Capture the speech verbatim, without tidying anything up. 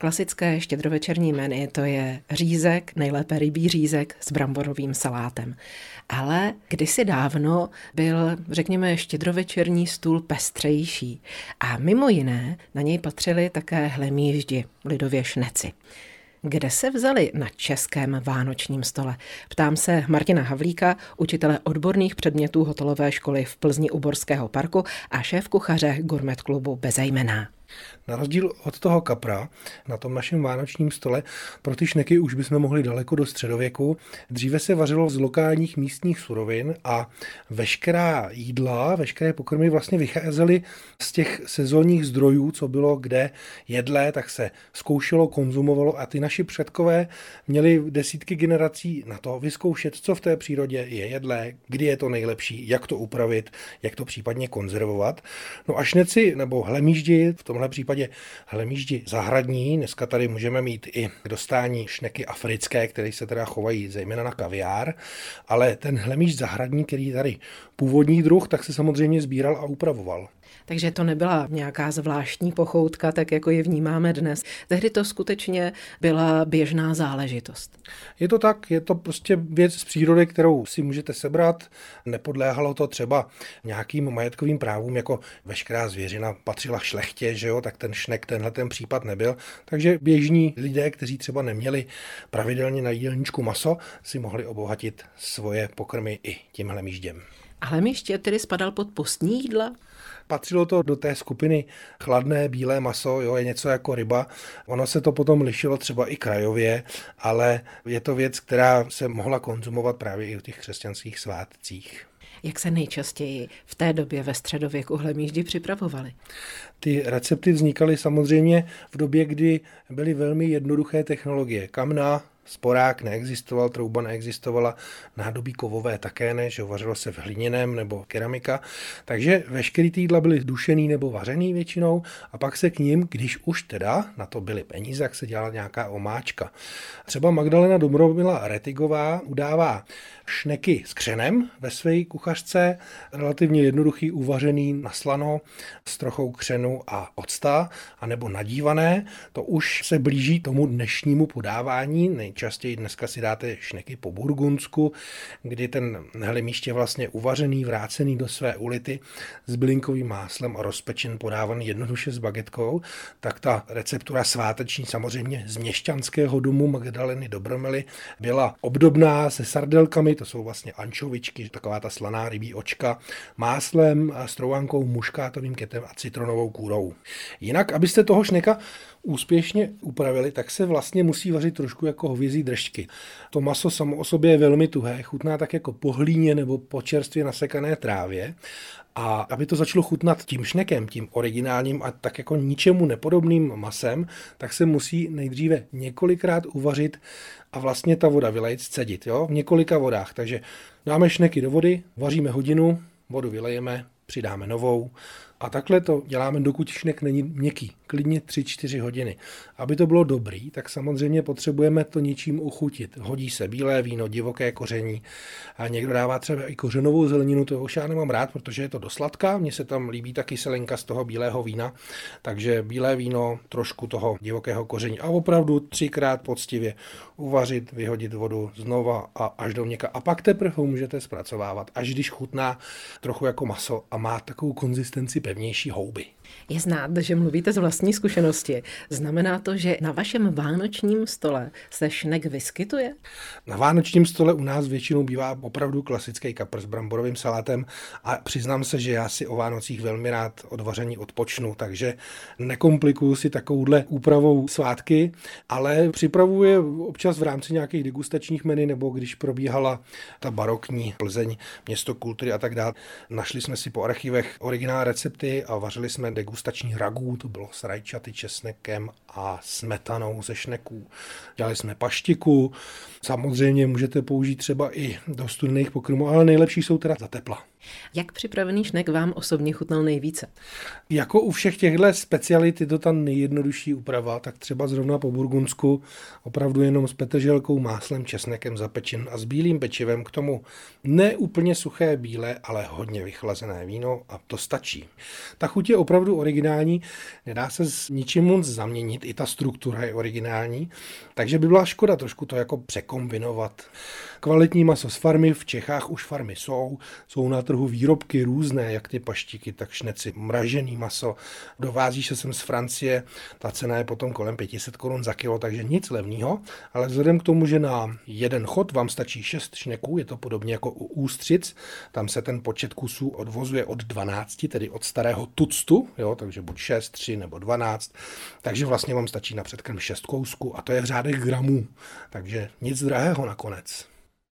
Klasické štědrovečerní menu, to je řízek, nejlépe rybí řízek s bramborovým salátem. Ale kdysi dávno byl, řekněme, štědrovečerní stůl pestřejší. A mimo jiné na něj patřily také hlemýždi, lidově šneci. Kde se vzali na českém vánočním stole? Ptám se Martina Havlíka, učitele odborných předmětů hotelové školy v Plzni u Borského parku a šéf kuchaře Gourmet klubu Bezejmenná. Na rozdíl od toho kapra, na tom našem vánočním stole, pro ty šneky už bychom mohli daleko do středověku. Dříve se vařilo z lokálních místních surovin a veškerá jídla, veškeré pokrmy vlastně vycházely z těch sezónních zdrojů, co bylo kde jedlé, tak se zkoušelo, konzumovalo a ty naši předkové měli desítky generací na to vyzkoušet, co v té přírodě je jedlé, kdy je to nejlepší, jak to upravit, jak to případně konzervovat. No a šneci nebo hlemýždi, v tomhle případě hlemýždi zahradní. Dneska tady můžeme mít i k dostání šneky africké, které se teda chovají zejména na kaviár, ale ten hlemýžd zahradní, který tady původní druh, tak se samozřejmě sbíral a upravoval. Takže to nebyla nějaká zvláštní pochoutka, tak jako ji vnímáme dnes. Tehdy to skutečně byla běžná záležitost. Je to tak, je to prostě věc z přírody, kterou si můžete sebrat. Nepodléhalo to třeba nějakým majetkovým právům, jako veškerá zvěřina patřila šlechtě, že jo, tak ten šnek tenhle ten případ nebyl. Takže běžní lidé, kteří třeba neměli pravidelně na jídelníčku maso, si mohli obohatit svoje pokrmy i tím hlemýžděm. A hlemýžď tedy spadal pod postní jídla? Patřilo to do té skupiny chladné bílé maso, jo, je něco jako ryba. Ono se to potom lišilo třeba i krajově, ale je to věc, která se mohla konzumovat právě i v těch křesťanských svátcích. Jak se nejčastěji v té době ve středověku hlemýždi připravovaly? Ty recepty vznikaly samozřejmě v době, kdy byly velmi jednoduché technologie. Kamna, sporák neexistoval, trouba neexistovala, nádobí kovové také ne, že vařilo se v hliněném nebo keramika. Takže veškerý ty jídla byly dušený nebo vařený většinou a pak se k ním, když už teda na to byly peníze, jak se dělala nějaká omáčka. Třeba Magdalena Dobromila Retigová udává šneky s křenem ve své kuchařce, relativně jednoduchý, uvařený na slano s trochou křenu a octa, anebo nadívané. To už se blíží tomu dnešnímu podávání. Nejčastěji dneska si dáte šneky po burgundsku, kdy ten hlemýžd je vlastně uvařený, vrácený do své ulity s bylinkovým máslem a rozpečen, podávaný jednoduše s bagetkou. Tak ta receptura sváteční, samozřejmě z měšťanského domu Magdaleny Dobromily, byla obdobná se sardelkami, to jsou vlastně ančovičky, taková ta slaná rybí očka, máslem, strouhankou, muškátovým ketem a citronovou kůrou. Jinak, abyste toho šneka úspěšně upravili, tak se vlastně musí vařit trošku jako hovězí držky. To maso samo o sobě je velmi tuhé, chutná tak jako po hlíně nebo po čerstvě nasekané trávě. A aby to začalo chutnat tím šnekem, tím originálním a tak jako ničemu nepodobným masem, tak se musí nejdříve několikrát uvařit a vlastně ta voda vylejt, scedit, jo, v několika vodách. Takže dáme šneky do vody, vaříme hodinu, vodu vylejeme, přidáme novou a takhle to děláme, dokud šnek není měkký, klidně tři čtyři hodiny. Aby to bylo dobrý, tak samozřejmě potřebujeme to něčím uchutit. Hodí se bílé víno, divoké koření a někdo dává třeba i kořenovou zeleninu, to už já nemám rád, protože je to dosladká, mně se tam líbí ta kyselinka z toho bílého vína, takže bílé víno, trošku toho divokého koření a opravdu třikrát poctivě uvařit, vyhodit vodu znova a až do měka a pak teprve ho můžete zpracovávat, až když chutná trochu jako maso a má takovou konzistenci pevnější houby. Je znát, že mluvíte z vlastní zkušenosti. Znamená to, že na vašem vánočním stole se šnek vyskytuje? Na vánočním stole u nás většinou bývá opravdu klasický kapr s bramborovým salátem a přiznám se, že já si o Vánocích velmi rád od vaření odpočnu, takže nekomplikuju si takovouhle úpravou svátky, ale připravuje občas v rámci nějakých degustačních menu nebo když probíhala ta barokní Plzeň, město kultury a tak dále. Našli jsme si po archivech originální recepty a vařili jsme degustační ragú, to bylo s rajčaty, česnekem a smetanou ze šneků. Dělali jsme paštiku, samozřejmě můžete použít třeba i do studených pokrmů, ale nejlepší jsou teda za tepla. Jak připravený šnek vám osobně chutnal nejvíce? Jako u všech těchto specialit je to ta nejjednodušší úprava, tak třeba zrovna po burgundsku opravdu jenom s petrželkou, máslem, česnekem zapečen a s bílým pečivem, k tomu ne úplně suché bílé, ale hodně vychlazené víno a to stačí. Ta chuť je opravdu originální, nedá se s ničím moc zaměnit, i ta struktura je originální, takže by byla škoda trošku to jako překombinovat. Kvalitní maso z farmy, v Čechách už farmy jsou, jsou na trhu výrobky různé, jak ty paštíky, tak šneci, mražený maso. Dovází se sem z Francie, ta cena je potom kolem pět set korun za kilo, takže nic levného, ale vzhledem k tomu, že na jeden chod vám stačí šest šneků, je to podobně jako u ústřic, tam se ten počet kusů odvozuje od dvanácti, tedy od starého tuctu, jo, takže buď šest, tři nebo dvanáct, takže vlastně vám stačí na předkrm šest kousků a to je v řádech gramů, takže nic drahého nakonec.